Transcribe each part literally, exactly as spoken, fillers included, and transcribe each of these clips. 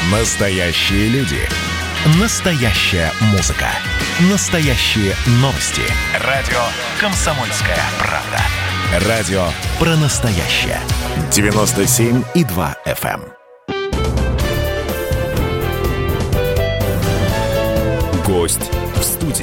Настоящие люди. Настоящая музыка. Настоящие новости. Радио «Комсомольская правда». Радио про настоящее. девяносто семь и два эф эм. Гость в студии.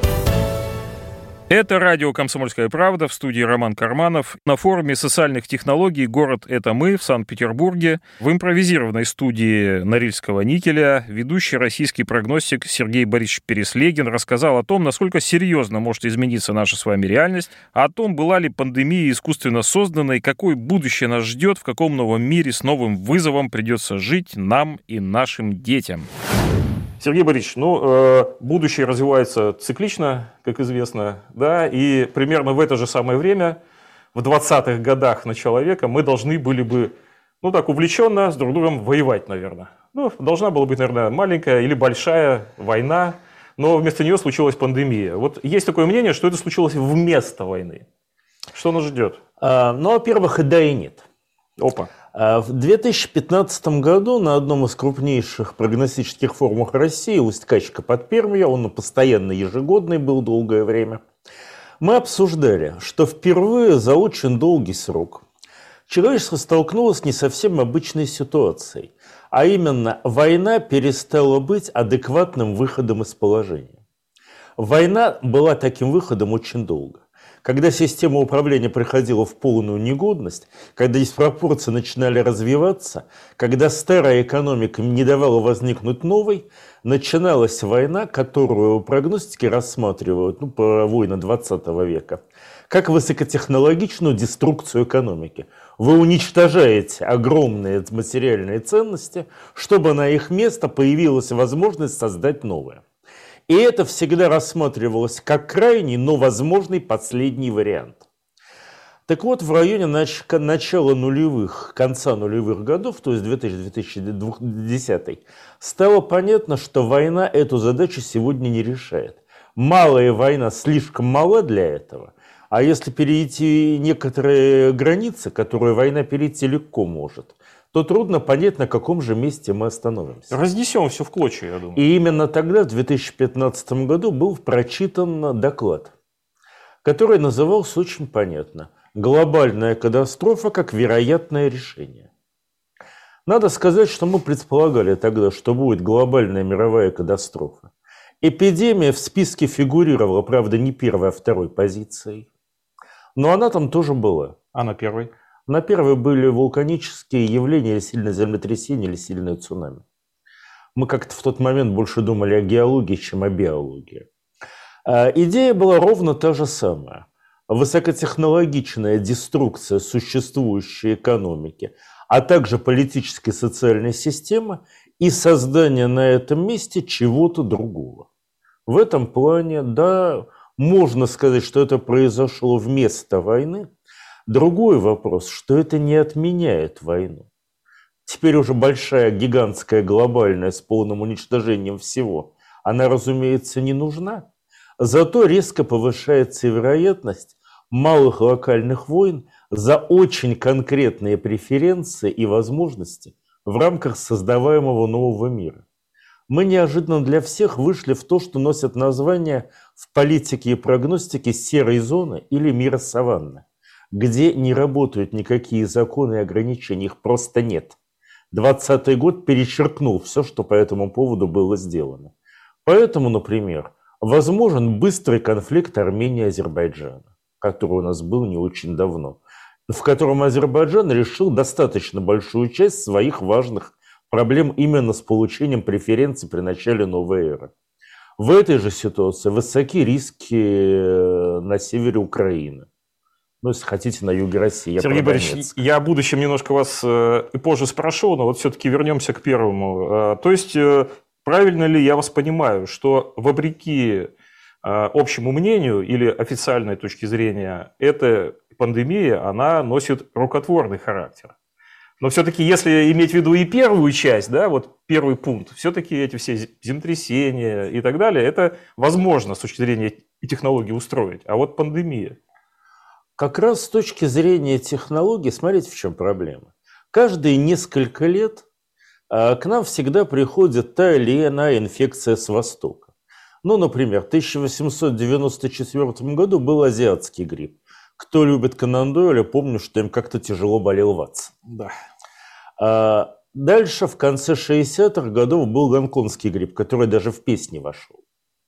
Это радио «Комсомольская правда», в студии Роман Карманов. На форуме социальных технологий «Город – это мы» в Санкт-Петербурге в импровизированной студии Норильского никеля ведущий российский прогностик Сергей Борисович Переслегин рассказал о том, насколько серьезно может измениться наша с вами реальность, о том, была ли пандемия искусственно созданной, какое будущее нас ждет, в каком новом мире с новым вызовом придется жить нам и нашим детям. Сергей Борисович, ну, э, будущее развивается циклично, как известно, да, и примерно в это же самое время, в двадцатых годах начала века, мы должны были бы, ну, так увлеченно с друг другом воевать, наверное. Ну, должна была быть, наверное, маленькая или большая война, но вместо нее случилась пандемия. Вот есть такое мнение, что это случилось вместо войны. Что нас ждет? А, ну, во-первых, и да, и нет. Опа. В две тысячи пятнадцатом году на одном из крупнейших прогностических форумов России, Усть-Качка под Пермью, он постоянно ежегодный был долгое время, мы обсуждали, что впервые за очень долгий срок человечество столкнулось с не совсем обычной ситуацией, а именно война перестала быть адекватным выходом из положения. Война была таким выходом очень долго. Когда система управления приходила в полную негодность, когда диспропорции начинали развиваться, когда старая экономика не давала возникнуть новой, начиналась война, которую прогностики рассматривают, ну, по войны двадцатого века, как высокотехнологичную деструкцию экономики. Вы уничтожаете огромные материальные ценности, чтобы на их место появилась возможность создать новое. И это всегда рассматривалось как крайний, но возможный последний вариант. Так вот, в районе нач- начала нулевых, конца нулевых годов, то есть две тысячи - две тысячи десятый, стало понятно, что война эту задачу сегодня не решает. Малая война слишком мала для этого, а если перейти некоторые границы, которые война перейти легко может, то трудно понять, на каком же месте мы остановимся. Разнесем все в клочья, я думаю. И именно тогда, в две тысячи пятнадцатом году, был прочитан доклад, который назывался очень понятно «Глобальная катастрофа как вероятное решение». Надо сказать, что мы предполагали тогда, что будет глобальная мировая катастрофа. Эпидемия в списке фигурировала, правда, не первой, а второй позицией. Но она там тоже была. А на первой? На первой были вулканические явления, или сильное землетрясение, или сильное цунами. Мы как-то в тот момент больше думали о геологии, чем о биологии. А идея была ровно та же самая. Высокотехнологичная деструкция существующей экономики, а также политической и социальной системы и создание на этом месте чего-то другого. В этом плане, да, можно сказать, что это произошло вместо войны. Другой вопрос, что это не отменяет войну. Теперь уже большая, гигантская, глобальная, с полным уничтожением всего, она, разумеется, не нужна. Зато резко повышается вероятность малых локальных войн за очень конкретные преференции и возможности в рамках создаваемого нового мира. Мы неожиданно для всех вышли в то, что носит название в политике и прогностике серой зоны или мира саванны, где не работают никакие законы и ограничения, их просто нет. двадцатый год перечеркнул все, что по этому поводу было сделано. Поэтому, например, возможен быстрый конфликт Армении и Азербайджана, который у нас был не очень давно, в котором Азербайджан решил достаточно большую часть своих важных проблем именно с получением преференций при начале новой эры. В этой же ситуации высоки риски на севере Украины. Ну, если хотите, на юге России. Я Сергей Борисович, я о будущем немножко вас э, позже спрошу, но вот все-таки вернемся к первому. Э, то есть, э, правильно ли я вас понимаю, что вопреки э, общему мнению или официальной точке зрения, эта пандемия, она носит рукотворный характер? Но все-таки, если иметь в виду и первую часть, да, вот первый пункт, все-таки эти все землетрясения и так далее, это возможно с точки зрения технологий устроить. А вот пандемия... Как раз с точки зрения технологий, смотрите, в чем проблема. Каждые несколько лет к нам всегда приходит та или иная инфекция с Востока. Ну, например, в тысяча восемьсот девяносто четвёртом году был азиатский грипп. Кто любит Конан Дойля, помню, что им как-то тяжело болел Ватсон. Да. А дальше, в конце шестидесятых годов, был гонконгский грипп, который даже в песни вошел.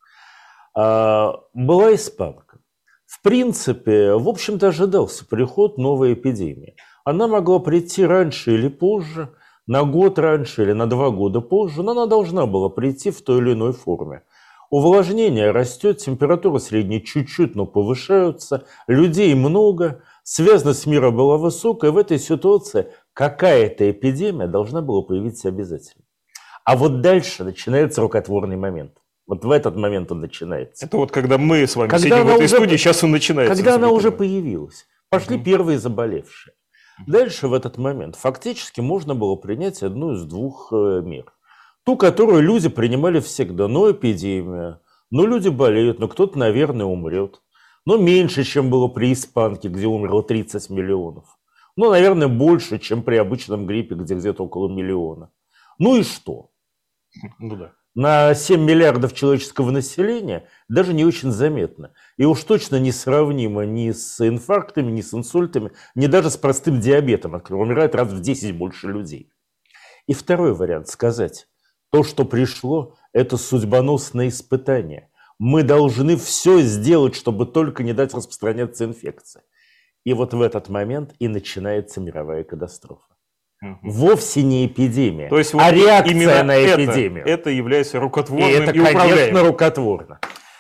А была испанка. В принципе, в общем-то, ожидался приход новой эпидемии. Она могла прийти раньше или позже, на год раньше или на два года позже, но она должна была прийти в той или иной форме. Увлажнение растет, температура средняя чуть-чуть, но повышаются, людей много, связанность мира была высокая. В этой ситуации какая-то эпидемия должна была появиться обязательно. А вот дальше начинается рукотворный момент. Вот в этот момент он начинается. Это вот когда мы с вами когда сидим в этой уже, студии, сейчас он начинается. Когда она уже появилась. Пошли угу. первые заболевшие. Дальше в этот момент фактически можно было принять одну из двух мер. Ту, которую люди принимали всегда. Ну, эпидемия. Ну, люди болеют, но кто-то, наверное, умрет. Но меньше, чем было при испанке, где умерло тридцать миллионов. Ну, наверное, больше, чем при обычном гриппе, где где-то около миллиона. Ну и что? Ну да. На семь миллиардов человеческого населения даже не очень заметно. И уж точно не сравнимо ни с инфарктами, ни с инсультами, ни даже с простым диабетом, от которого умирает раз в десять больше людей. И второй вариант сказать. То, что пришло, это судьбоносное испытание. Мы должны все сделать, чтобы только не дать распространяться инфекции. И вот в этот момент и начинается мировая катастрофа. Угу. Вовсе не эпидемия, То есть, а вот реакция на это, эпидемию. Это является рукотворным и, это, и управляемым. конечно, рукотворно.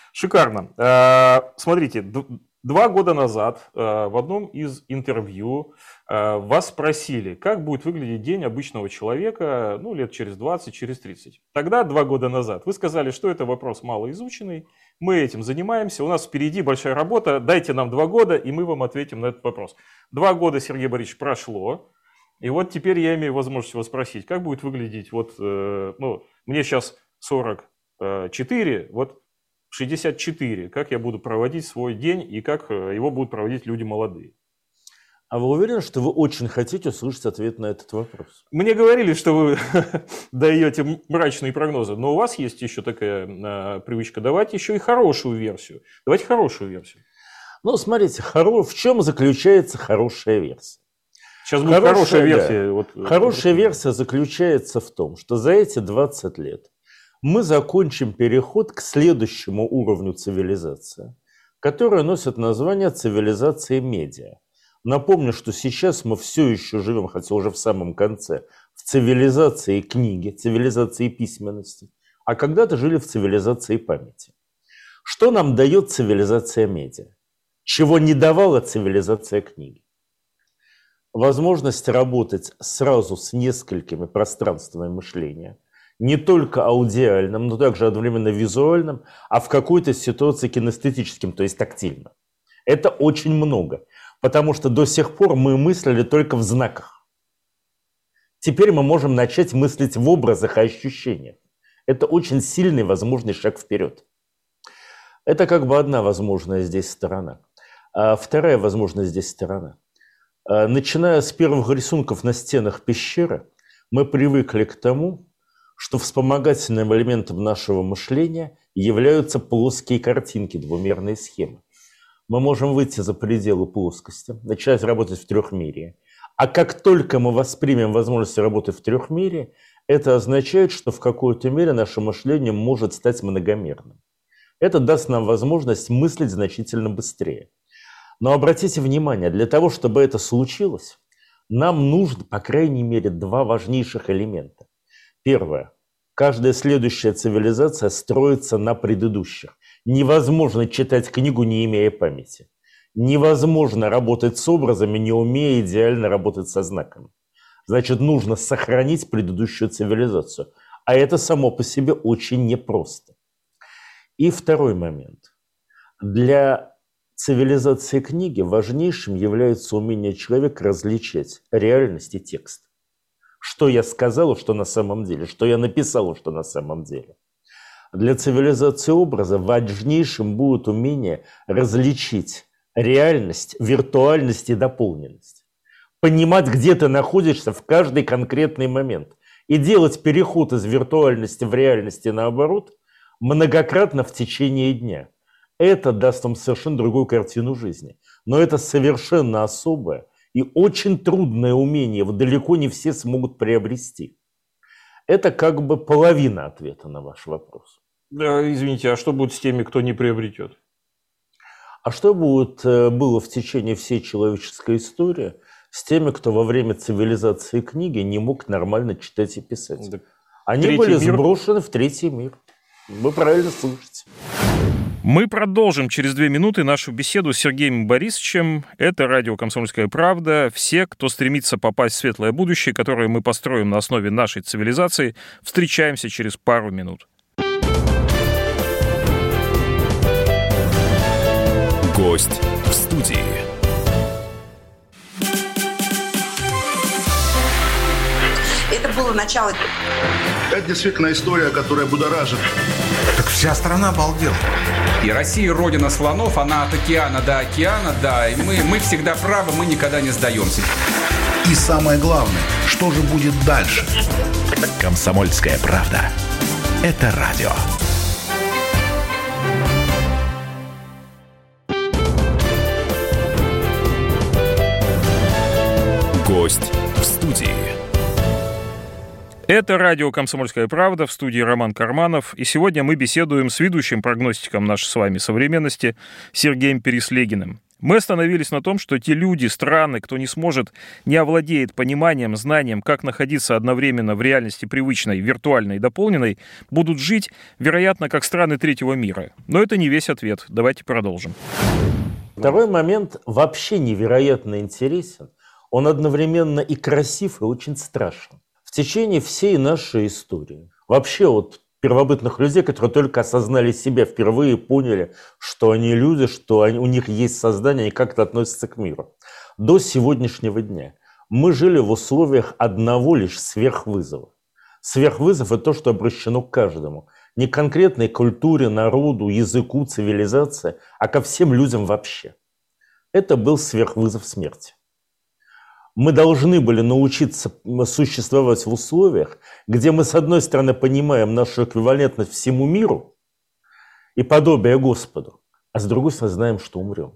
Шикарно. Смотрите, два года назад в одном из интервью вас спросили, как будет выглядеть день обычного человека, ну, лет через двадцать, через тридцать. Тогда, два года назад, вы сказали, что это вопрос малоизученный, мы этим занимаемся, у нас впереди большая работа, дайте нам два года, и мы вам ответим на этот вопрос. Два года, Сергей Борисович, прошло, и вот теперь я имею возможность вас спросить, как будет выглядеть, вот, ну, мне сейчас сорок четыре, вот, шестьдесят четыре. Как я буду проводить свой день и как его будут проводить люди молодые? А вы уверены, что вы очень хотите услышать ответ на этот вопрос? Мне говорили, что вы даете мрачные прогнозы, но у вас есть еще такая а, привычка давать еще и хорошую версию. Давайте хорошую версию. Ну, смотрите, хоро... в чем заключается хорошая версия? Сейчас будет хорошая, хорошая версия. Да. Вот, хорошая вот, версия заключается в том, что за эти двадцать лет мы закончим переход к следующему уровню цивилизации, которая носит название цивилизации медиа. Напомню, что сейчас мы все еще живем, хотя уже в самом конце, в цивилизации книги, цивилизации письменности, а когда-то жили в цивилизации памяти. Что нам дает цивилизация медиа? Чего не давала цивилизация книги? Возможность работать сразу с несколькими пространствами мышления. Не только аудиальным, но также одновременно визуальным, а в какой-то ситуации кинестетическим, то есть тактильным. Это очень много, потому что до сих пор мы мыслили только в знаках. Теперь мы можем начать мыслить в образах и ощущениях. Это очень сильный возможный шаг вперед. Это как бы одна возможная здесь сторона. А вторая возможная здесь сторона. Начиная с первых рисунков на стенах пещеры, мы привыкли к тому, что вспомогательным элементом нашего мышления являются плоские картинки, двумерные схемы. Мы можем выйти за пределы плоскости, начать работать в трехмерии. А как только мы воспримем возможность работы в трехмерии, это означает, что в какой-то мере наше мышление может стать многомерным. Это даст нам возможность мыслить значительно быстрее. Но обратите внимание, для того, чтобы это случилось, нам нужно, по крайней мере, два важнейших элемента. Первое. Каждая следующая цивилизация строится на предыдущих. Невозможно читать книгу, не имея памяти. Невозможно работать с образами, не умея идеально работать со знаками. Значит, нужно сохранить предыдущую цивилизацию. А это само по себе очень непросто. И второй момент. Для цивилизации книги важнейшим является умение человека различать реальность и текст. Что я сказал, что на самом деле, что я написал, что на самом деле. Для цивилизации образа важнейшим будет умение различить реальность, виртуальность и дополненность. Понимать, где ты находишься в каждый конкретный момент. и делать переход из виртуальности в реальность и наоборот многократно в течение дня. Это даст вам совершенно другую картину жизни. Но это совершенно особое и очень трудное умение. Вот далеко не все смогут приобрести. Это как бы половина ответа на ваш вопрос. Да, извините, а что будет с теми, кто не приобретет? А что будет, было в течение всей человеческой истории с теми, кто во время цивилизации книги не мог нормально читать и писать? Да. Они третий были мир. Сброшены в третий мир. Вы правильно слышите. Мы продолжим через две минуты нашу беседу с Сергеем Борисовичем. Это радио «Комсомольская правда». Все, кто стремится попасть в светлое будущее, которое мы построим на основе нашей цивилизации, встречаемся через пару минут. Гость в студии. Это было начало. Это действительно история, которая будоражит. Так вся страна обалдела. И Россия родина слонов, она от океана до океана, да. И мы, мы всегда правы, мы никогда не сдаемся. И самое главное, что же будет дальше? «Комсомольская правда». Это радио. Гость в студии. Это радио «Комсомольская правда», в студии Роман Карманов. И сегодня мы беседуем с ведущим прогностиком нашей с вами современности Сергеем Переслегиным. Мы остановились на том, что те люди, страны, кто не сможет, не овладеет пониманием, знанием, как находиться одновременно в реальности привычной, виртуальной и дополненной, будут жить, вероятно, как страны третьего мира. Но это не весь ответ. Давайте продолжим. Второй момент вообще невероятно интересен. Он одновременно и красив, и очень страшен. В течение всей нашей истории, вообще вот первобытных людей, которые только осознали себя, впервые поняли, что они люди, что они, у них есть сознание, они как-то относятся к миру. До сегодняшнего дня мы жили в условиях одного лишь сверхвызова. Сверхвызов – это то, что обращено к каждому. Не к конкретной культуре, народу, языку, цивилизации, а ко всем людям вообще. Это был сверхвызов смерти. Мы должны были научиться существовать в условиях, где мы, с одной стороны, понимаем нашу эквивалентность всему миру и подобие Господу, а с другой стороны, знаем, что умрем.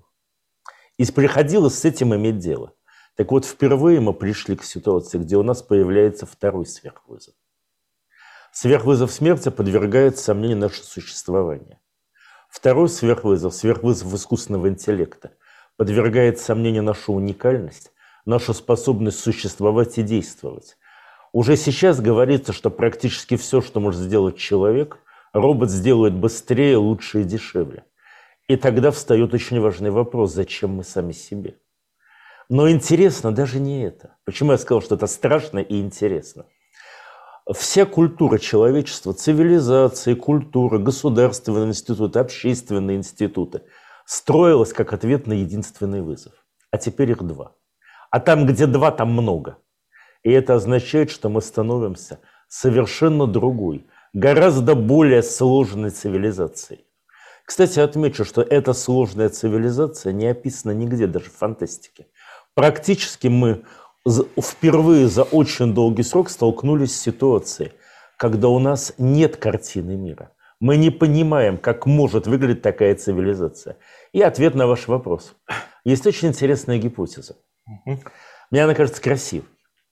И приходилось с этим иметь дело. Так вот, впервые мы пришли к ситуации, где у нас появляется второй сверхвызов. Сверхвызов смерти подвергает сомнению наше существование. Второй сверхвызов, сверхвызов искусственного интеллекта, подвергает сомнению нашу уникальность, нашу способность существовать и действовать. Уже сейчас говорится, что практически все, что может сделать человек, робот сделает быстрее, лучше и дешевле. И тогда встает очень важный вопрос, зачем мы сами себе. Но интересно даже не это. Почему я сказал, что это страшно и интересно? Вся культура человечества, цивилизации, культура, государственные институты, общественные институты строилась как ответ на единственный вызов. А теперь их два. А там, где два, там много. И это означает, что мы становимся совершенно другой, гораздо более сложной цивилизацией. Кстати, отмечу, что эта сложная цивилизация не описана нигде, даже в фантастике. Практически мы впервые за очень долгий срок столкнулись с ситуацией, когда у нас нет картины мира. Мы не понимаем, как может выглядеть такая цивилизация. И ответ на ваш вопрос. Есть очень интересная гипотеза. Мне она кажется красивой.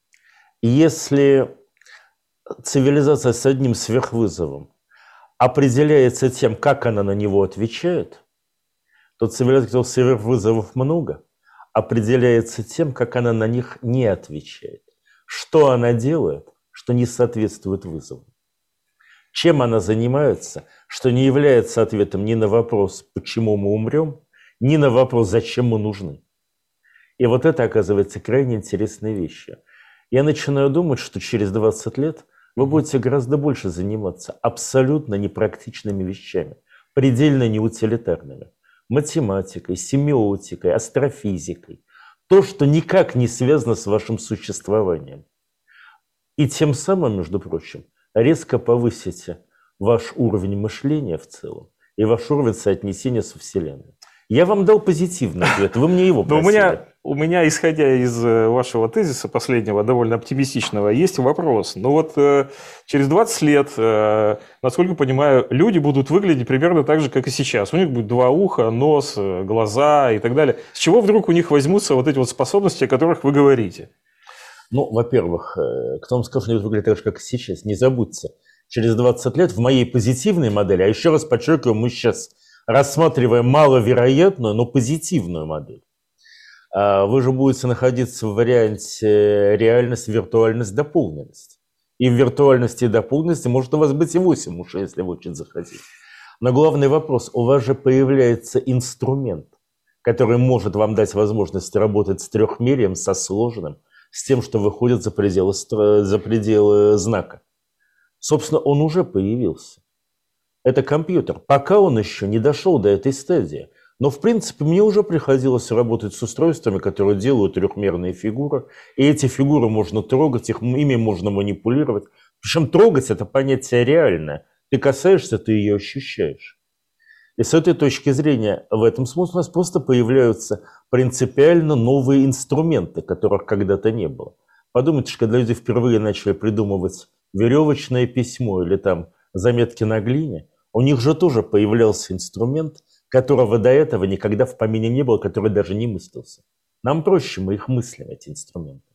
Если цивилизация с одним сверхвызовом определяется тем, как она на него отвечает, то цивилизация, где сверхвызовов много, определяется тем, как она на них не отвечает. Что она делает, что не соответствует вызову. Чем она занимается, что не является ответом ни на вопрос, почему мы умрем, ни на вопрос, зачем мы нужны. И вот это, оказывается, крайне интересной вещью. Я начинаю думать, что через двадцать лет вы будете гораздо больше заниматься абсолютно непрактичными вещами, предельно неутилитарными. Математикой, семиотикой, астрофизикой. То, что никак не связано с вашим существованием. И тем самым, между прочим, резко повысите ваш уровень мышления в целом и ваш уровень соотнесения со Вселенной. Я вам дал позитивный ответ, вы мне его просили. Но у меня у меня, исходя из вашего тезиса последнего, довольно оптимистичного, есть вопрос. Ну вот через двадцать лет, насколько понимаю, люди будут выглядеть примерно так же, как и сейчас. У них будет два уха, нос, глаза и так далее. С чего вдруг у них возьмутся вот эти вот способности, о которых вы говорите? Ну, во-первых, кто вам скажет, что они будут выглядеть так же, как и сейчас? Не забудьте, через двадцать лет в моей позитивной модели, а еще раз подчеркиваю, мы сейчас рассматриваем маловероятную, но позитивную модель. Вы же будете находиться в варианте реальность, виртуальность, дополненность. И в виртуальности и дополненности может у вас быть и восемь ушей, если вы очень захотите. Но главный вопрос, у вас же появляется инструмент, который может вам дать возможность работать с трехмерием, со сложным, с тем, что выходит за пределы, за пределы знака. Собственно, он уже появился. Это компьютер. Пока он еще не дошел до этой стадии. Но, в принципе, мне уже приходилось работать с устройствами, которые делают трехмерные фигуры. И эти фигуры можно трогать, их, ими можно манипулировать. Причем трогать – это понятие реальное. Ты касаешься, ты ее ощущаешь. И с этой точки зрения, в этом смысле у нас просто появляются принципиально новые инструменты, которых когда-то не было. Подумайте, что когда люди впервые начали придумывать веревочное письмо или там заметки на глине, у них же тоже появлялся инструмент, которого до этого никогда в помине не было, который даже не мыслился. Нам проще, мы их мыслим, эти инструменты.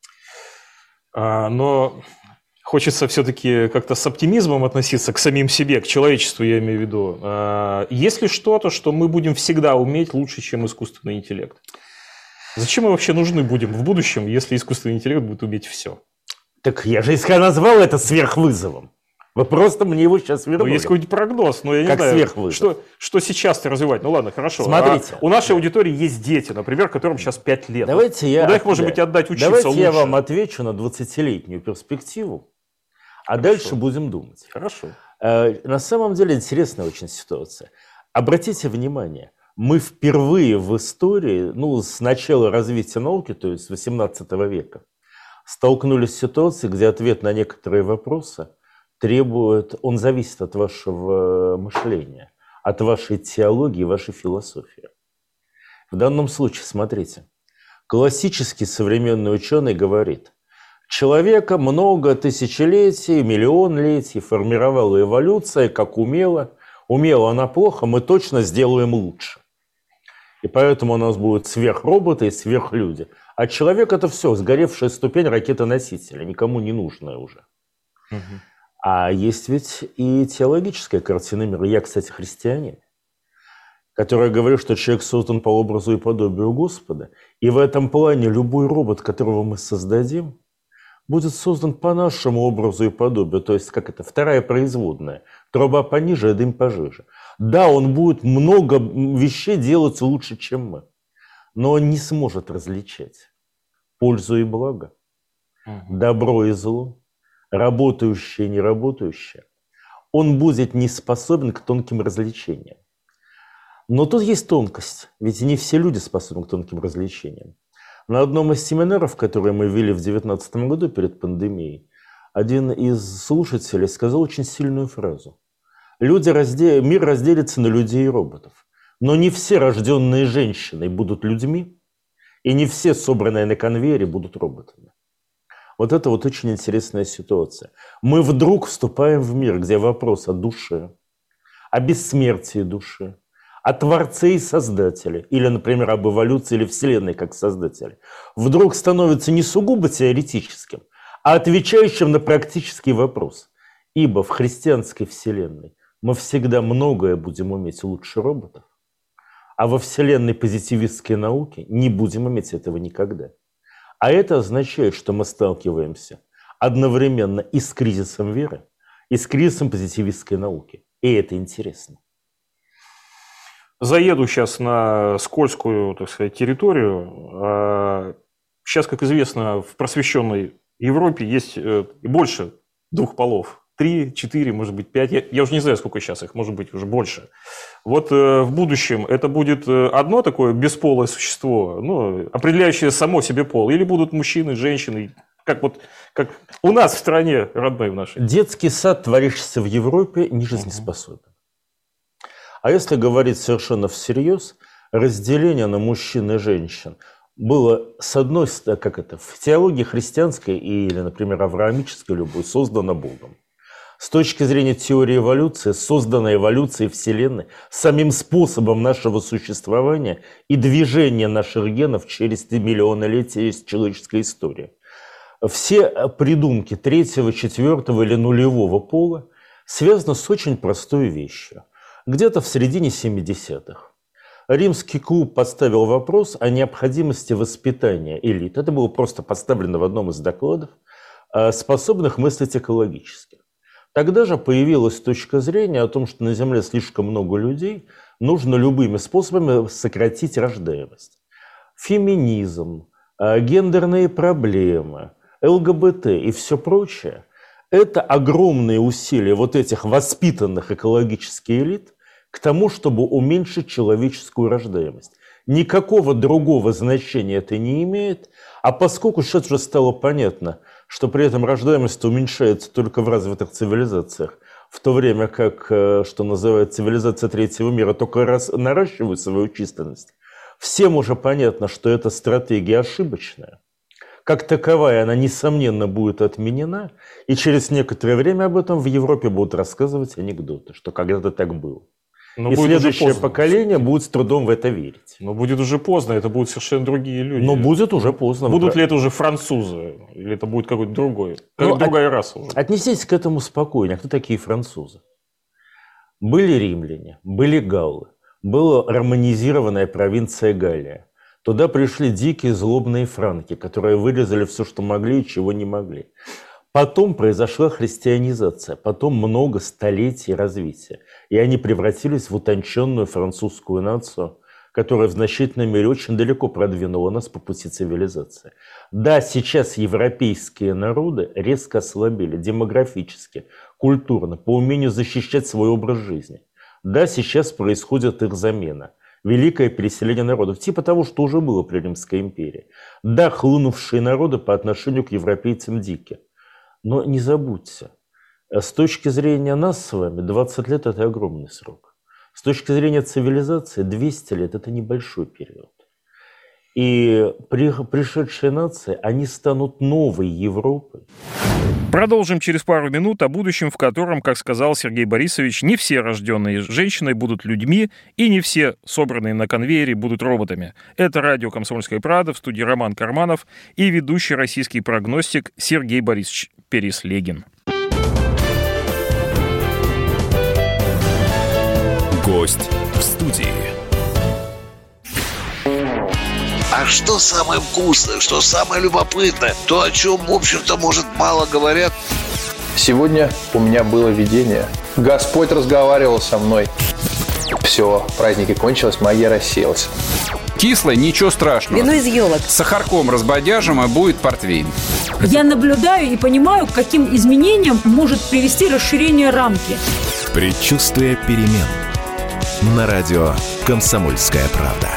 А, но хочется все-таки как-то с оптимизмом относиться к самим себе, к человечеству, я имею в виду. А, есть ли что-то, что мы будем всегда уметь лучше, чем искусственный интеллект? Зачем мы вообще нужны будем в будущем, если искусственный интеллект будет уметь все? Так я же назвал это сверхвызовом. Вы просто мне его сейчас вернули. Ну, есть какой-нибудь прогноз, но я не как знаю, сверхвызов. что, что сейчас-то развивать. Ну ладно, хорошо. Смотрите. А у нашей аудитории есть дети, например, которым сейчас пять лет. Давайте я, Куда их, может быть, отдать учиться Давайте лучше? я вам отвечу на двадцатилетнюю перспективу, а хорошо. Дальше будем думать. Хорошо. На самом деле интересная очень ситуация. Обратите внимание, мы впервые в истории, ну, с начала развития науки, то есть с восемнадцатого века, столкнулись с ситуацией, где ответ на некоторые вопросы требует, он зависит от вашего мышления, от вашей теологии, вашей философии. В данном случае, смотрите, классический современный ученый говорит, человека много тысячелетий, миллион летий формировала эволюция, как умела. Умела она плохо, мы точно сделаем лучше. И поэтому у нас будут сверхроботы и сверхлюди. А человек – это все, сгоревшая ступень ракетоносителя, никому не нужная уже. Угу. А есть ведь и теологическая картина мира. Я, кстати, христианин, который говорит, что человек создан по образу и подобию Господа. И в этом плане любой робот, которого мы создадим, будет создан по нашему образу и подобию. То есть, как это, вторая производная. Труба пониже, а дым пожиже. Да, он будет много вещей делать лучше, чем мы. Но он не сможет различать пользу и благо, угу. добро и зло, работающее и неработающее. Он будет не способен к тонким развлечениям. Но тут есть тонкость, ведь не все люди способны к тонким развлечениям. На одном из семинаров, которые мы вели в две тысячи девятнадцатом году перед пандемией, один из слушателей сказал очень сильную фразу. Люди разде... Мир разделится на людей и роботов. Но не все рожденные женщиной будут людьми, и не все собранные на конвейере будут роботами. Вот это вот очень интересная ситуация. Мы вдруг вступаем в мир, где вопрос о душе, о бессмертии души, о Творце и Создателе, или, например, об эволюции или Вселенной как Создателе, вдруг становится не сугубо теоретическим, а отвечающим на практический вопрос. Ибо в христианской Вселенной мы всегда многое будем уметь лучше роботов, а во Вселенной позитивистской науки не будем иметь этого никогда. А это означает, что мы сталкиваемся одновременно и с кризисом веры, и с кризисом позитивистской науки. И это интересно. Заеду сейчас на скользкую, так сказать, территорию. Сейчас, как известно, в просвещенной Европе есть больше двух полов. Три, четыре, может быть, пять. Я, я уже не знаю, сколько сейчас их, может быть, уже больше. Вот э, в будущем это будет одно такое бесполое существо, ну, определяющее само себе пол, или будут мужчины, женщины, как вот как у нас в стране родной в нашей. Детский сад, творящийся в Европе, не жизнеспособен. Uh-huh. А если говорить совершенно всерьез, разделение на мужчин и женщин было, с одной стороны, как это, в теологии христианской или, например, авраамической любой, создано Богом. С точки зрения теории эволюции, создана эволюцией Вселенной самим способом нашего существования и движения наших генов через миллионолетия человеческой истории. Все придумки третьего, четвертого или нулевого пола связаны с очень простой вещью. Где-то в середине семидесятых Римский клуб поставил вопрос о необходимости воспитания элит. Это было просто поставлено в одном из докладов, способных мыслить экологически. Тогда же появилась точка зрения о том, что на Земле слишком много людей, нужно любыми способами сократить рождаемость. Феминизм, гендерные проблемы, ЛГБТ и все прочее – это огромные усилия вот этих воспитанных экологических элит к тому, чтобы уменьшить человеческую рождаемость. Никакого другого значения это не имеет, а поскольку сейчас уже стало понятно, что при этом рождаемость уменьшается только в развитых цивилизациях, в то время как, что называется, цивилизация третьего мира только раз наращивает свою численность, всем уже понятно, что эта стратегия ошибочная. Как таковая она, несомненно, будет отменена, и через некоторое время об этом в Европе будут рассказывать анекдоты, что когда-то так было. Но и следующее поколение будет с трудом в это верить. Но будет уже поздно, это будут совершенно другие люди. Но будет уже поздно. Будут ли это уже французы, или это будет какой-то другой, ну, другая от, раса уже? Отнеситесь к этому спокойно. Кто такие французы? Были римляне, были галлы, была романизированная провинция Галлия. Туда пришли дикие злобные франки, которые вырезали все, что могли и чего не могли. Потом произошла христианизация, потом много столетий развития. И они превратились в утонченную французскую нацию, которая в значительной мере очень далеко продвинула нас по пути цивилизации. Да, сейчас европейские народы резко ослабели демографически, культурно, по умению защищать свой образ жизни. Да, сейчас происходит их замена. Великое переселение народов, типа того, что уже было при Римской империи. Да, хлынувшие народы по отношению к европейцам дикие. Но не забудьте, с точки зрения нас с вами двадцать лет – это огромный срок. С точки зрения цивилизации двести лет – это небольшой период. И при, пришедшие нации, они станут новой Европой. Продолжим через пару минут о будущем, в котором, как сказал Сергей Борисович, не все рожденные женщиной будут людьми, и не все собранные на конвейере будут роботами. Это радио «Комсомольская правда», в студии Роман Карманов и ведущий российский прогностик Сергей Борисович Переслегин. Гость в студии. А что самое вкусное, что самое любопытное, то, о чем, в общем-то, может, мало говорят? Сегодня у меня было видение. Господь разговаривал со мной. Все, праздники кончились, магия рассеялась. Кислое, ничего страшного. Вино из елок. С сахарком разбодяжим, а будет портвейн. Я наблюдаю и понимаю, к каким изменениям может привести расширение рамки. Предчувствие перемен. На радио «Комсомольская правда».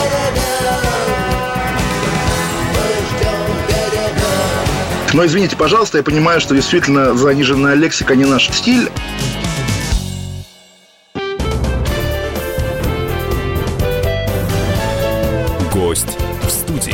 Но извините, пожалуйста, я понимаю, что действительно заниженная лексика не наш стиль. Гость в студии.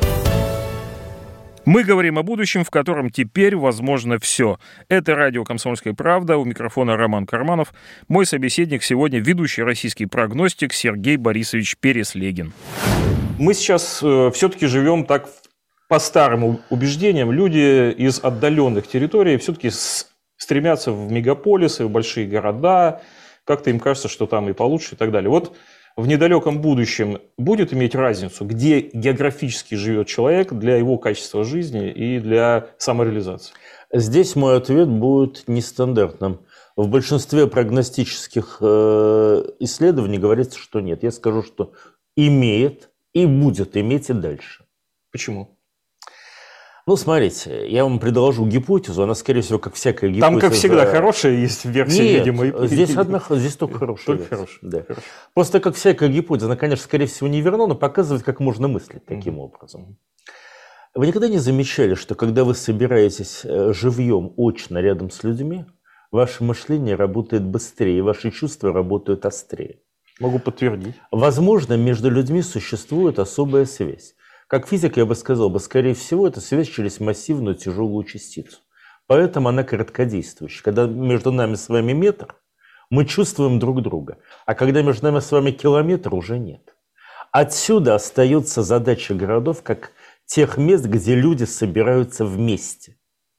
Мы говорим о будущем, в котором теперь возможно все. Это радио «Комсомольская правда». У микрофона Роман Карманов. Мой собеседник сегодня ведущий российский прогностик Сергей Борисович Переслегин. Мы сейчас э, все-таки живем так по старым убеждениям. Люди из отдаленных территорий все-таки с, стремятся в мегаполисы, в большие города. Как-то им кажется, что там и получше и так далее. Вот в недалеком будущем будет иметь разницу, где географически живет человек для его качества жизни и для самореализации? Здесь мой ответ будет нестандартным. В большинстве прогностических э, исследований говорится, что нет. Я скажу, что имеет и будет иметь и дальше. Почему? Ну, смотрите, я вам предложу гипотезу, она, скорее всего, как всякая гипотеза... Там, как всегда, хорошая есть версия, Нет, видимо. И... здесь, одна, здесь только хорошая Только версия. хорошая. Да. Хорошо. Просто как всякая гипотеза, она, конечно, скорее всего, не верна, но показывает, как можно мыслить таким mm-hmm. образом. Вы никогда не замечали, что когда вы собираетесь живьем, очно рядом с людьми, ваше мышление работает быстрее, ваши чувства работают острее? Могу подтвердить. Возможно, между людьми существует особая связь. Как физик я бы сказал, бы, скорее всего, это связь через массивную тяжелую частицу. Поэтому она короткодействующая. Когда между нами с вами метр, мы чувствуем друг друга. А когда между нами с вами километр, уже нет. Отсюда остается задача городов, как тех мест, где люди собираются вместе.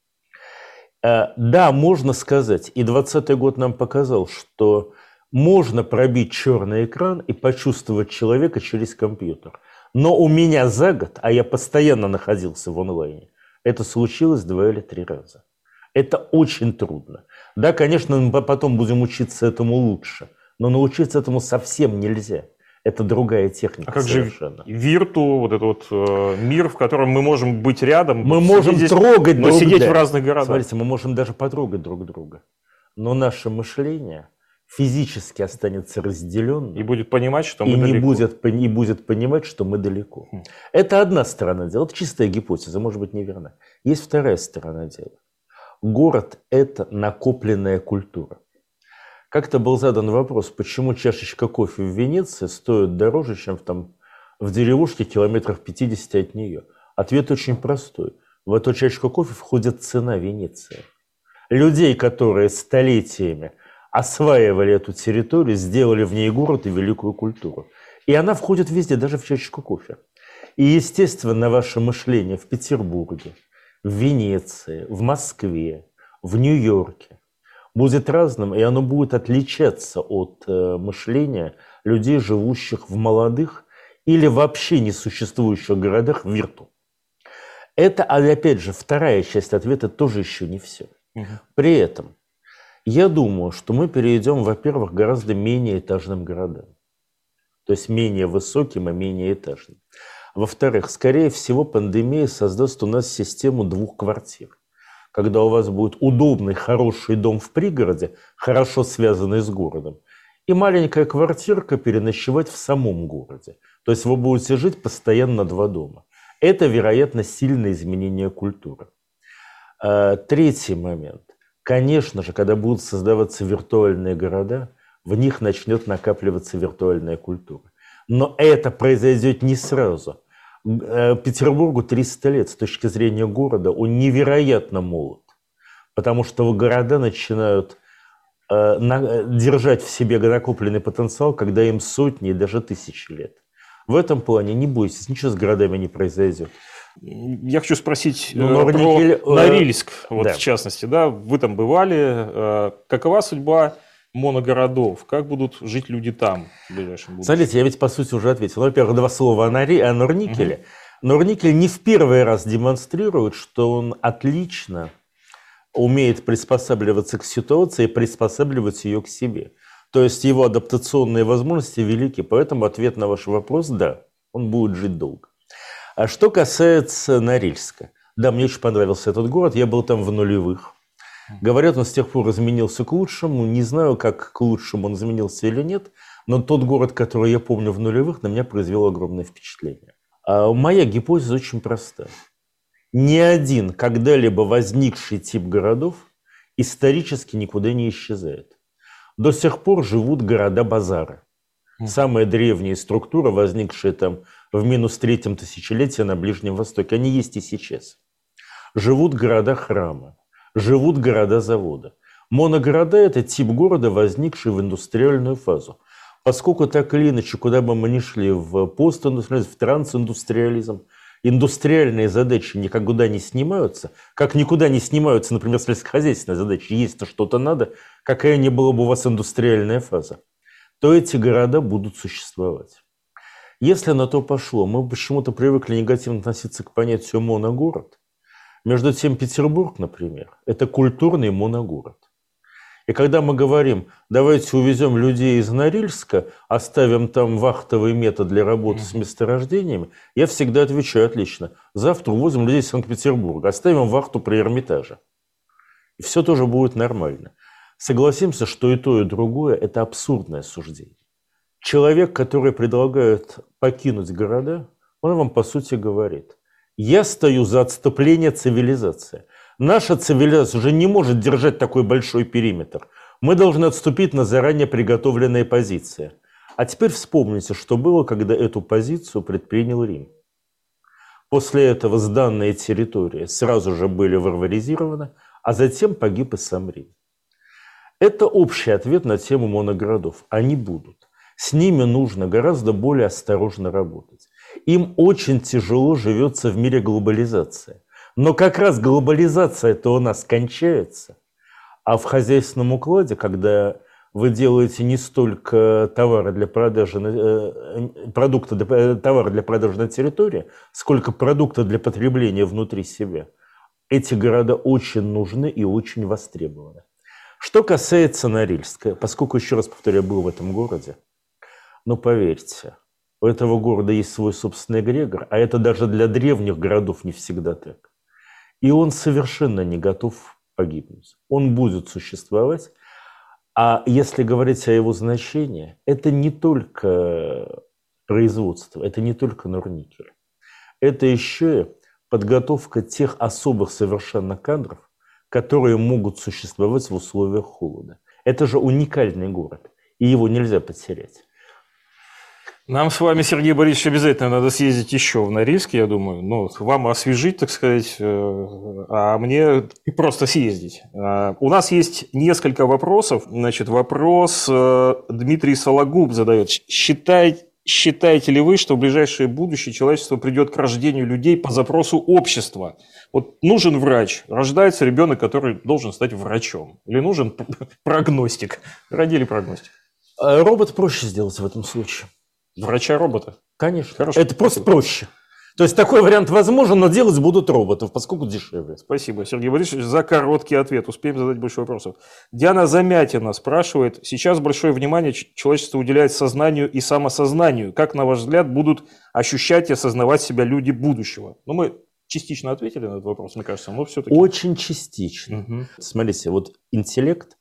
Да, можно сказать, и двадцатый год нам показал, что можно пробить черный экран и почувствовать человека через компьютер. Но у меня за год, а я постоянно находился в онлайне, это случилось два или три раза. Это очень трудно. Да, конечно, мы потом будем учиться этому лучше, но научиться этому совсем нельзя. Это другая техника. А как совершенно. же вирту, вот этот вот э, мир, в котором мы можем быть рядом, мы можем здесь, трогать но друг сидеть друга. в разных городах. Смотрите, мы можем даже потрогать друг друга. Но наше мышление физически останется разделенным. И будет понимать, что мы и далеко. Не будет, и будет понимать, что мы далеко. Хм. Это одна сторона дела. Это чистая гипотеза, может быть, неверна. Есть вторая сторона дела. Город – это накопленная культура. Как-то был задан вопрос, почему чашечка кофе в Венеции стоит дороже, чем там, в деревушке километрах пятидесяти от нее. Ответ очень простой. В эту чашечку кофе входит цена Венеции. Людей, которые столетиями осваивали эту территорию, сделали в ней город и великую культуру. И она входит везде, даже в чашечку кофе. И, естественно, ваше мышление в Петербурге, в Венеции, в Москве, в Нью-Йорке будет разным, и оно будет отличаться от э, мышления людей, живущих в молодых или вообще несуществующих городах в вирту. Это, опять же, вторая часть ответа тоже еще не все. Угу. При этом я думаю, что мы перейдем, во-первых, к гораздо менее этажным городам. То есть менее высоким и менее этажным. Во-вторых, скорее всего, пандемия создаст у нас систему двух квартир. Когда у вас будет удобный, хороший дом в пригороде, хорошо связанный с городом, и маленькая квартирка переночевать в самом городе. То есть вы будете жить постоянно два дома. Это, вероятно, сильное изменение культуры. Третий момент. Конечно же, когда будут создаваться виртуальные города, в них начнет накапливаться виртуальная культура. Но это произойдет не сразу. Петербургу триста лет с точки зрения города, он невероятно молод. Потому что города начинают э, на, держать в себе накопленный потенциал, когда им сотни и даже тысячи лет. В этом плане не бойтесь, ничего с городами не произойдет. Я хочу спросить ну, э, Норникель, про Норильск, э, вот, да. в частности. Да? Вы там бывали. Э, какова судьба моногородов? Как будут жить люди там в ближайшем будущем? Смотрите, я ведь по сути уже ответил. Во-первых, два слова о, Нори, о Норникеле. Угу. Норникель не в первый раз демонстрирует, что он отлично умеет приспосабливаться к ситуации и приспосабливать ее к себе. То есть его адаптационные возможности велики. Поэтому ответ на ваш вопрос – да, он будет жить долго. А что касается Норильска. Да, мне очень понравился этот город. Я был там в нулевых. Говорят, он с тех пор изменился к лучшему. Не знаю, как к лучшему он изменился или нет, но тот город, который я помню в нулевых, на меня произвел огромное впечатление. А моя гипотеза очень проста. Ни один когда-либо возникший тип городов исторически никуда не исчезает. До сих пор живут города-базары. Самая древняя структура, возникшая там в минус третьем тысячелетии на Ближнем Востоке, они есть и сейчас. Живут города-храмы. Живут города-заводы. Моногорода – это тип города, возникший в индустриальную фазу. Поскольку так или иначе, куда бы мы ни шли, в постиндустриализм, в трансиндустриализм, индустриальные задачи никуда не снимаются, как никуда не снимаются, например, сельскохозяйственные задачи, если что-то надо, какая ни была бы у вас индустриальная фаза, то эти города будут существовать. Если на то пошло, мы почему-то привыкли негативно относиться к понятию моногород. Между тем, Петербург, например, это культурный моногород. И когда мы говорим, давайте увезем людей из Норильска, оставим там вахтовый метод для работы с месторождениями, я всегда отвечаю, отлично, завтра увозим людей из Санкт-Петербурга, оставим вахту при Эрмитаже. И все тоже будет нормально. Согласимся, что и то, и другое – это абсурдное суждение. Человек, который предлагает покинуть города, он вам по сути говорит: я стою за отступление цивилизации. Наша цивилизация уже не может держать такой большой периметр. Мы должны отступить на заранее приготовленные позиции. А теперь вспомните, что было, когда эту позицию предпринял Рим. После этого сданные территории сразу же были варваризированы, а затем погиб и сам Рим. Это общий ответ на тему моногородов. Они будут. С ними нужно гораздо более осторожно работать. Им очень тяжело живется в мире глобализации. Но как раз глобализация-то у нас кончается. А в хозяйственном укладе, когда вы делаете не столько товары для продажи, э, продукты для, товары для продажи на территории, сколько продукты для потребления внутри себя, эти города очень нужны и очень востребованы. Что касается Норильска, поскольку, еще раз повторяю, был в этом городе, но поверьте, у этого города есть свой собственный эгрегор, а это даже для древних городов не всегда так. И он совершенно не готов погибнуть. Он будет существовать. А если говорить о его значении, это не только производство, это не только Норникель. Это еще и подготовка тех особых совершенно кадров, которые могут существовать в условиях холода. Это же уникальный город, и его нельзя потерять. Нам с вами, Сергей Борисович, обязательно надо съездить еще в Норильск, я думаю. Ну, вам освежить, так сказать, а мне просто съездить. У нас есть несколько вопросов. Значит, вопрос Дмитрий Сологуб задает. Считаете, считаете ли вы, что в ближайшее будущее человечество придет к рождению людей по запросу общества? Вот нужен врач, рождается ребенок, который должен стать врачом. Или нужен прогностик? Родили прогностик. Робот проще сделать в этом случае. Врача-робота? Конечно. Хорошо. Это просто проще. То есть такой вариант возможен, но делать будут роботов, поскольку дешевле. Спасибо, Сергей Борисович, за короткий ответ. Успеем задать больше вопросов. Диана Замятина спрашивает. Сейчас большое внимание человечество уделяет сознанию и самосознанию. Как, на ваш взгляд, будут ощущать и осознавать себя люди будущего? Ну, мы частично ответили на этот вопрос, мне кажется, но все-таки... Очень частично. Угу. Смотрите, вот интеллект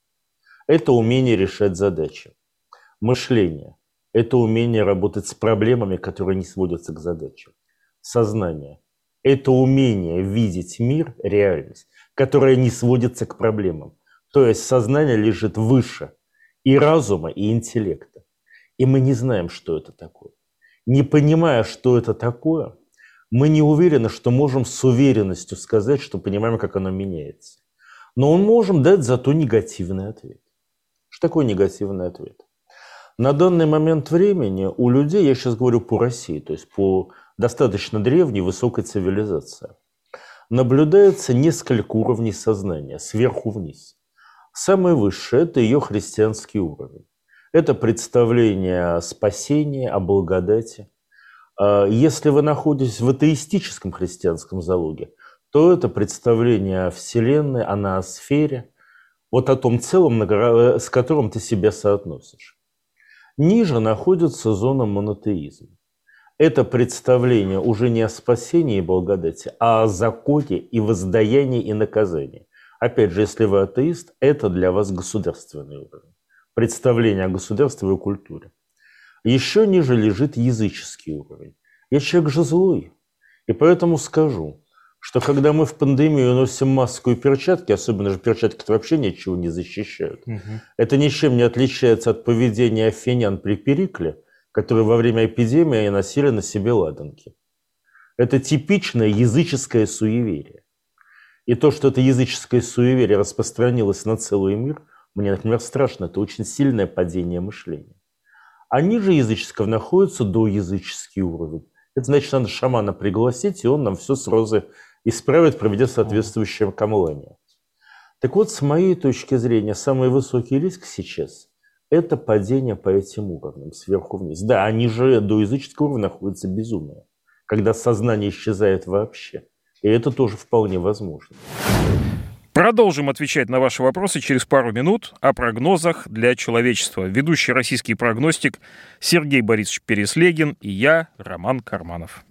– это умение решать задачи. Мышление – это умение работать с проблемами, которые не сводятся к задачам. Сознание – это умение видеть мир, реальность, которая не сводится к проблемам. То есть сознание лежит выше и разума, и интеллекта. И мы не знаем, что это такое. Не понимая, что это такое, мы не уверены, что можем с уверенностью сказать, что понимаем, как оно меняется. Но мы можем дать зато негативный ответ. Что такое негативный ответ? На данный момент времени у людей, я сейчас говорю по России, то есть по достаточно древней высокой цивилизации, наблюдается несколько уровней сознания, сверху вниз. Самый высший – это ее христианский уровень. Это представление о спасении, о благодати. Если вы находитесь в атеистическом христианском залоге, то это представление о Вселенной, о ноосфере, вот о том целом, с которым ты себя соотносишь. Ниже находится зона монотеизма. Это представление уже не о спасении и благодати, а о законе и воздаянии и наказании. Опять же, если вы атеист, это для вас государственный уровень. Представление о государстве и культуре. Еще ниже лежит языческий уровень. Я человек же злой, и поэтому скажу, что когда мы в пандемию носим маску и перчатки, особенно же перчатки вообще ничего не защищают, угу. Это ничем не отличается от поведения афинян при Перикле, которые во время эпидемии носили на себе ладанки. Это типичное языческое суеверие. И то, что это языческое суеверие распространилось на целый мир, мне, например, страшно. Это очень сильное падение мышления. А ниже языческого находится доязыческий уровень. Это значит, надо шамана пригласить, и он нам все сразу исправит, проведя соответствующее камлание. Так вот, с моей точки зрения, самый высокий риск сейчас – это падение по этим уровням, сверху вниз. Да, а ниже доязыческого уровня находится безумие, когда сознание исчезает вообще. И это тоже вполне возможно. Продолжим отвечать на ваши вопросы через пару минут о прогнозах для человечества. Ведущий российский прогностик Сергей Борисович Переслегин и я, Роман Карманов.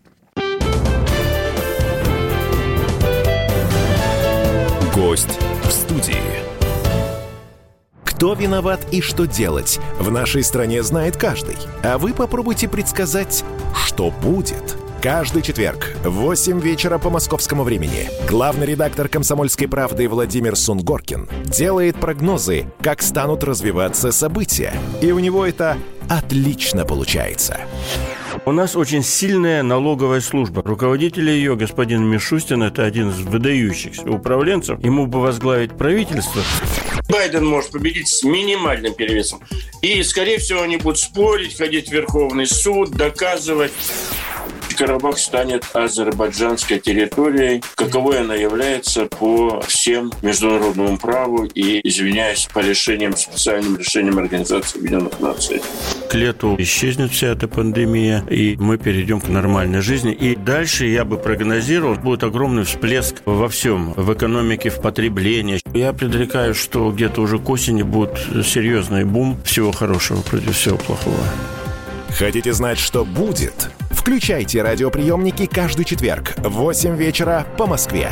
Гость в студии. Кто виноват и что делать, в нашей стране знает каждый. А вы попробуйте предсказать, что будет. Каждый четверг в восемь вечера по московскому времени главный редактор «Комсомольской правды» Владимир Сунгоркин делает прогнозы, как станут развиваться события. И у него это отлично получается. У нас очень сильная налоговая служба. Руководитель ее, господин Мишустин, это один из выдающихся управленцев. Ему бы возглавить правительство. Байден может победить с минимальным перевесом. И, скорее всего, они будут спорить, ходить в Верховный суд, доказывать. Карабах станет азербайджанской территорией, каковой она является по всем международному праву и, извиняюсь, по решениям, специальным решениям Организации Объединенных Наций. К лету исчезнет вся эта пандемия, и мы перейдем к нормальной жизни. И дальше, я бы прогнозировал, будет огромный всплеск во всем, в экономике, в потреблении. Я предрекаю, что где-то уже к осени будет серьезный бум. Всего хорошего против всего плохого. Хотите знать, что будет? Включайте радиоприемники каждый четверг в восемь вечера по Москве.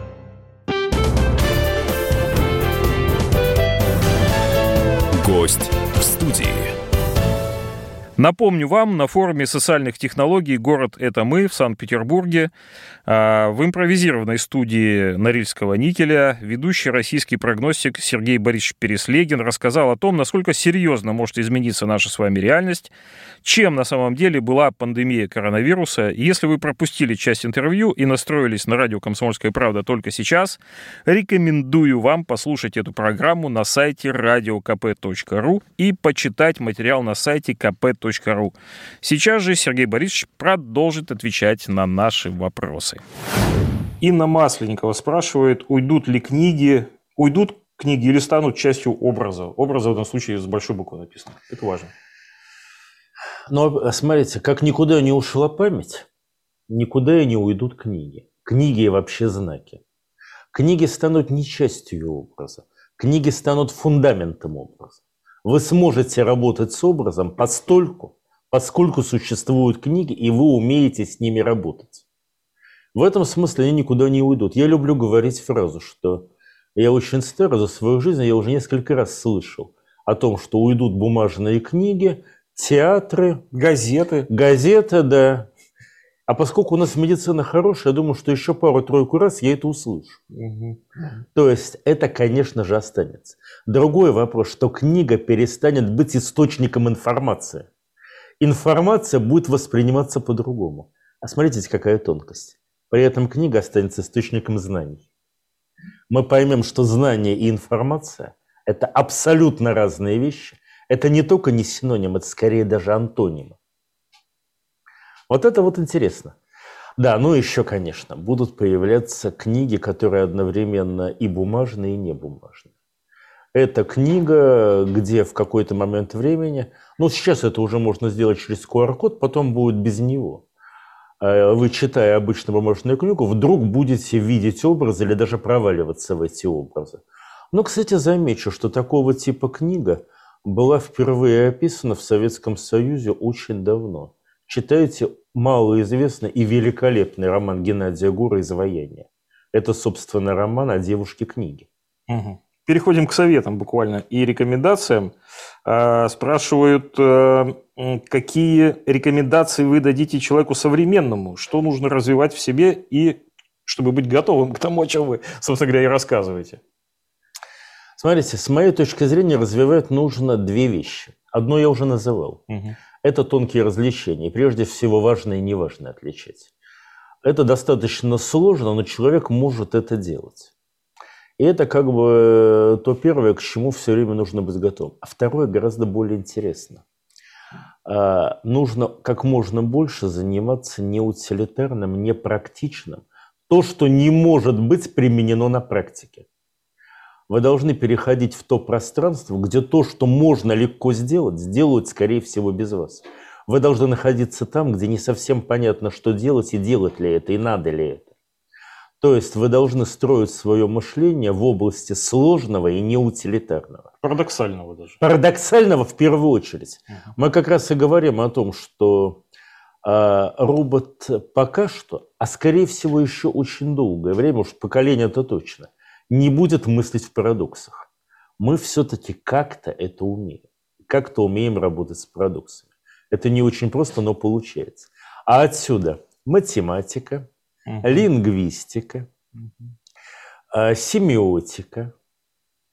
Гость в студии. Напомню вам, на форуме социальных технологий «Город – это мы» в Санкт-Петербурге в импровизированной студии Норильского никеля ведущий российский прогностик Сергей Борисович Переслегин рассказал о том, насколько серьезно может измениться наша с вами реальность, чем на самом деле была пандемия коронавируса. И если вы пропустили часть интервью и настроились на радио «Комсомольская правда» только сейчас, рекомендую вам послушать эту программу на сайте радио ка пэ точка ру и почитать материал на сайте ка пэ точка ру. Сейчас же Сергей Борисович продолжит отвечать на наши вопросы. Инна Масленникова спрашивает, уйдут ли книги, уйдут книги или станут частью образа? Образа в этом случае с большой буквы написано. Это важно. Но смотрите, как никуда не ушла память, никуда и не уйдут книги. Книги и вообще знаки. Книги станут не частью образа. Книги станут фундаментом образа. Вы сможете работать с образом постольку, поскольку существуют книги, и вы умеете с ними работать. В этом смысле они никуда не уйдут. Я люблю говорить фразу, что я очень стар, за свою жизнь я уже несколько раз слышал о том, что уйдут бумажные книги, театры, газеты. Газеты, да. А поскольку у нас медицина хорошая, я думаю, что еще пару-тройку раз я это услышу. Угу. То есть это, конечно же, останется. Другой вопрос, что книга перестанет быть источником информации. Информация будет восприниматься по-другому. А смотрите, какая тонкость. При этом книга останется источником знаний. Мы поймем, что знание и информация – это абсолютно разные вещи. Это не только не синоним, это скорее даже антонимы. Вот это вот интересно. Да, ну еще, конечно, будут появляться книги, которые одновременно и бумажные, и не бумажные. Это книга, где в какой-то момент времени, ну сейчас это уже можно сделать через ку ар код, потом будет без него. Вы, читая обычную бумажную книгу, вдруг будете видеть образы или даже проваливаться в эти образы. Но, кстати, замечу, что такого типа книга была впервые описана в Советском Союзе очень давно. Читайте малоизвестный и великолепный роман Геннадия Гура «Изваяние». Это, собственно, роман о девушке-книге. Угу. Переходим к советам буквально и рекомендациям. А, спрашивают, а, какие рекомендации вы дадите человеку современному? Что нужно развивать в себе, и чтобы быть готовым к тому, о чем вы, собственно говоря, и рассказываете? Смотрите, с моей точки зрения, развивать нужно две вещи. Одно я уже называл. Угу. Это тонкие развлечения. Прежде всего, важно и неважно отличать. Это достаточно сложно, но человек может это делать. И это как бы то первое, к чему все время нужно быть готовым. А второе гораздо более интересно. Нужно как можно больше заниматься неутилитарным, непрактичным. То, что не может быть применено на практике. Вы должны переходить в то пространство, где то, что можно легко сделать, сделают, скорее всего, без вас. Вы должны находиться там, где не совсем понятно, что делать, и делать ли это, и надо ли это. То есть вы должны строить свое мышление в области сложного и неутилитарного. Парадоксального даже. Парадоксального в первую очередь. Uh-huh. Мы как раз и говорим о том, что э, робот пока что, а скорее всего еще очень долгое время, уж поколение-то точно, не будет мыслить в парадоксах. Мы все-таки как-то это умеем. Как-то умеем работать с парадоксами. Это не очень просто, но получается. А отсюда математика, uh-huh. лингвистика, uh-huh. семиотика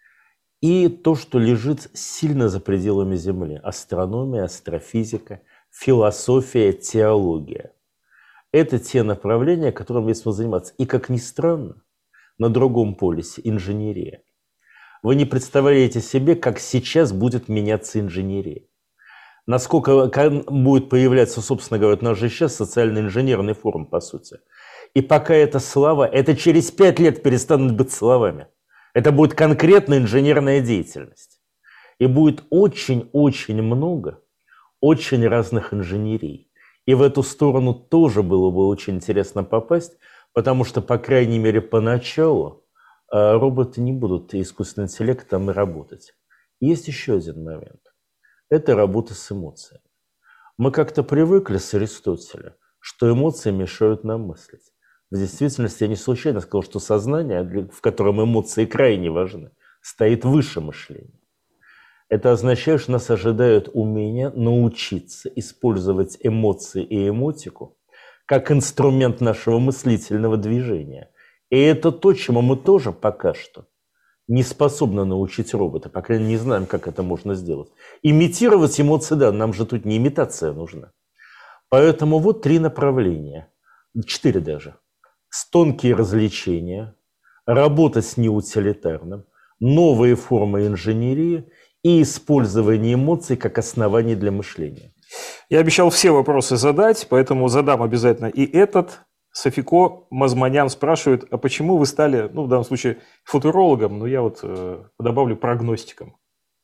и то, что лежит сильно за пределами Земли. Астрономия, астрофизика. философия, теология. Это те направления, которыми я смог заниматься. И, как ни странно, на другом полюсе инженерия. Вы не представляете себе, как сейчас будет меняться инженерия. Насколько будет появляться, собственно говоря, у нас же сейчас социально-инженерный форум, по сути. И пока это слова, это через пять лет перестанут быть словами. Это будет конкретная инженерная деятельность. И будет очень-очень много очень разных инженерий. И в эту сторону тоже было бы очень интересно попасть, потому что, по крайней мере, поначалу роботы не будут искусственным интеллектом и работать. Есть еще один момент. Это работа с эмоциями. Мы как-то привыкли с Аристотеля, что эмоции мешают нам мыслить. В действительности я не случайно сказал, что сознание, в котором эмоции крайне важны, стоит выше мышления. Это означает, что нас ожидают умения научиться использовать эмоции и эмотику как инструмент нашего мыслительного движения. И это то, чему мы тоже пока что не способны научить робота, по крайней мере, не знаем, как это можно сделать. Имитировать эмоции, да, нам же тут не имитация нужна. Поэтому вот три направления, четыре даже. Тонкие развлечения, работа с неутилитарным, новые формы инженерии и использование эмоций как оснований для мышления. Я обещал все вопросы задать, поэтому задам обязательно и этот. Софико Мазманян спрашивает, а почему вы стали, ну, в данном случае, футурологом, но я вот э, добавлю прогностиком.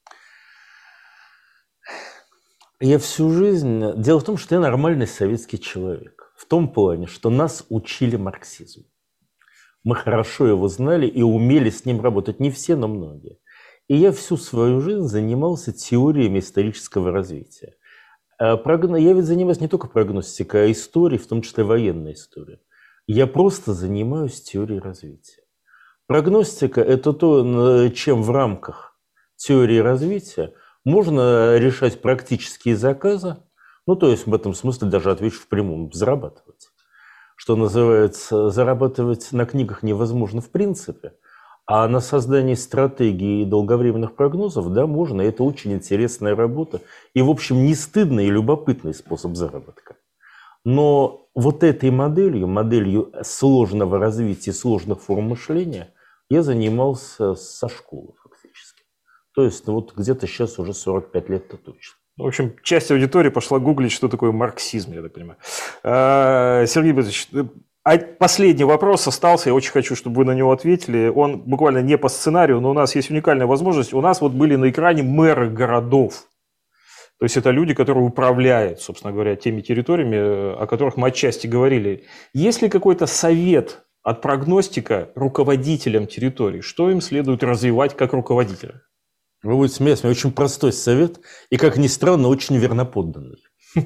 Я всю жизнь... Дело в том, что я нормальный советский человек. В том плане, что нас учили марксизму. Мы хорошо его знали и умели с ним работать. Не все, но многие. И я всю свою жизнь занимался теориями исторического развития. Я ведь занимаюсь не только прогностикой, а историей, в том числе военной историей. Я просто занимаюсь теорией развития. Прогностика – это то, чем в рамках теории развития можно решать практические заказы, ну, то есть в этом смысле даже отвечу впрямую – зарабатывать. Что называется, зарабатывать на книгах невозможно в принципе, а на создании стратегии и долговременных прогнозов, да, можно. Это очень интересная работа. И, в общем, не стыдный и любопытный способ заработка. Но вот этой моделью, моделью сложного развития, сложных форм мышления, я занимался со школы фактически. То есть, ну, вот где-то сейчас уже сорок пять лет-то точно. В общем, часть аудитории пошла гуглить, что такое марксизм, я так понимаю. Сергей Борисович, а последний вопрос остался, я очень хочу, чтобы вы на него ответили. Он буквально не по сценарию, но у нас есть уникальная возможность. У нас вот были на экране мэры городов. То есть это люди, которые управляют, собственно говоря, теми территориями, о которых мы отчасти говорили. Есть ли какой-то совет от прогностика руководителям территорий? Что им следует развивать как руководителя? Вы будете смеяться, очень простой совет и, как ни странно, очень верноподданный.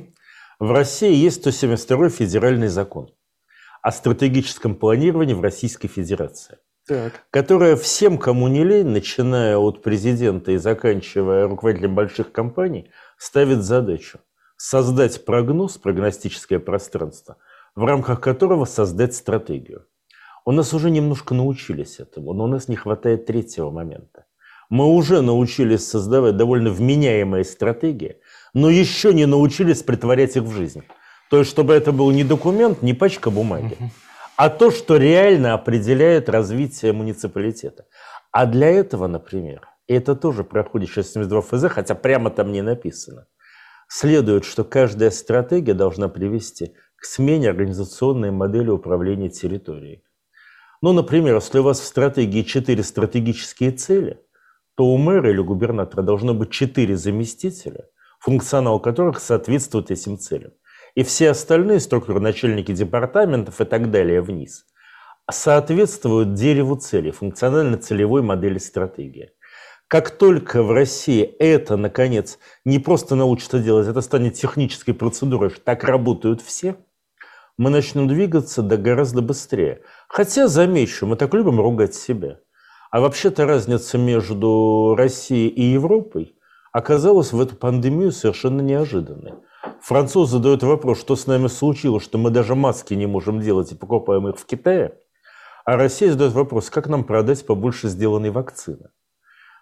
В России есть сто семьдесят второй федеральный закон о стратегическом планировании в Российской Федерации, так. которая всем, кому не лень, начиная от президента и заканчивая руководителем больших компаний, ставит задачу создать прогноз, прогностическое пространство, в рамках которого создать стратегию. У нас уже немножко научились этому, но у нас не хватает третьего момента. Мы уже научились создавать довольно вменяемые стратегии, но еще не научились притворять их в жизнь. То есть, чтобы это был не документ, не пачка бумаги, а то, что реально определяет развитие муниципалитета. А для этого, например, и это тоже проходит сейчас семьдесят два эф зэ, хотя прямо там не написано, следует, что каждая стратегия должна привести к смене организационной модели управления территорией. Ну, например, если у вас в стратегии четыре стратегические цели, то у мэра или губернатора должно быть четыре заместителя, функционал которых соответствует этим целям. И все остальные структуры, начальники департаментов и так далее вниз, соответствуют дереву целей, функционально-целевой модели стратегии. Как только в России это, наконец, не просто научится делать, это станет технической процедурой, что так работают все, мы начнем двигаться да гораздо быстрее. Хотя, замечу, мы так любим ругать себя. А вообще-то разница между Россией и Европой оказалась в эту пандемию совершенно неожиданной. Французы задают вопрос, что с нами случилось, что мы даже маски не можем делать и покупаем их в Китае. А Россия задает вопрос, как нам продать побольше сделанной вакцины.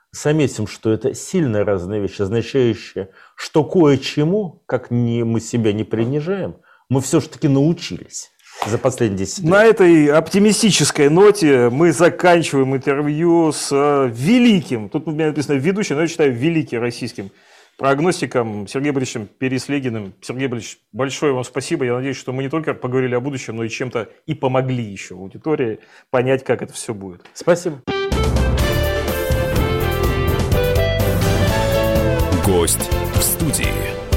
заметим, что это сильно разные вещи, означающие, что кое-чему, как ни, мы себя не принижаем, мы все-таки научились за последние десять лет. На этой оптимистической ноте мы заканчиваем интервью с великим, тут у меня написано ведущий, но я читаю великий российским прогностиком Сергеем Борисовичем Переслегиным. Сергей Борисович, большое вам спасибо. Я надеюсь, что мы не только поговорили о будущем, но и чем-то и помогли еще аудитории понять, как это все будет. Спасибо. Гость в студии.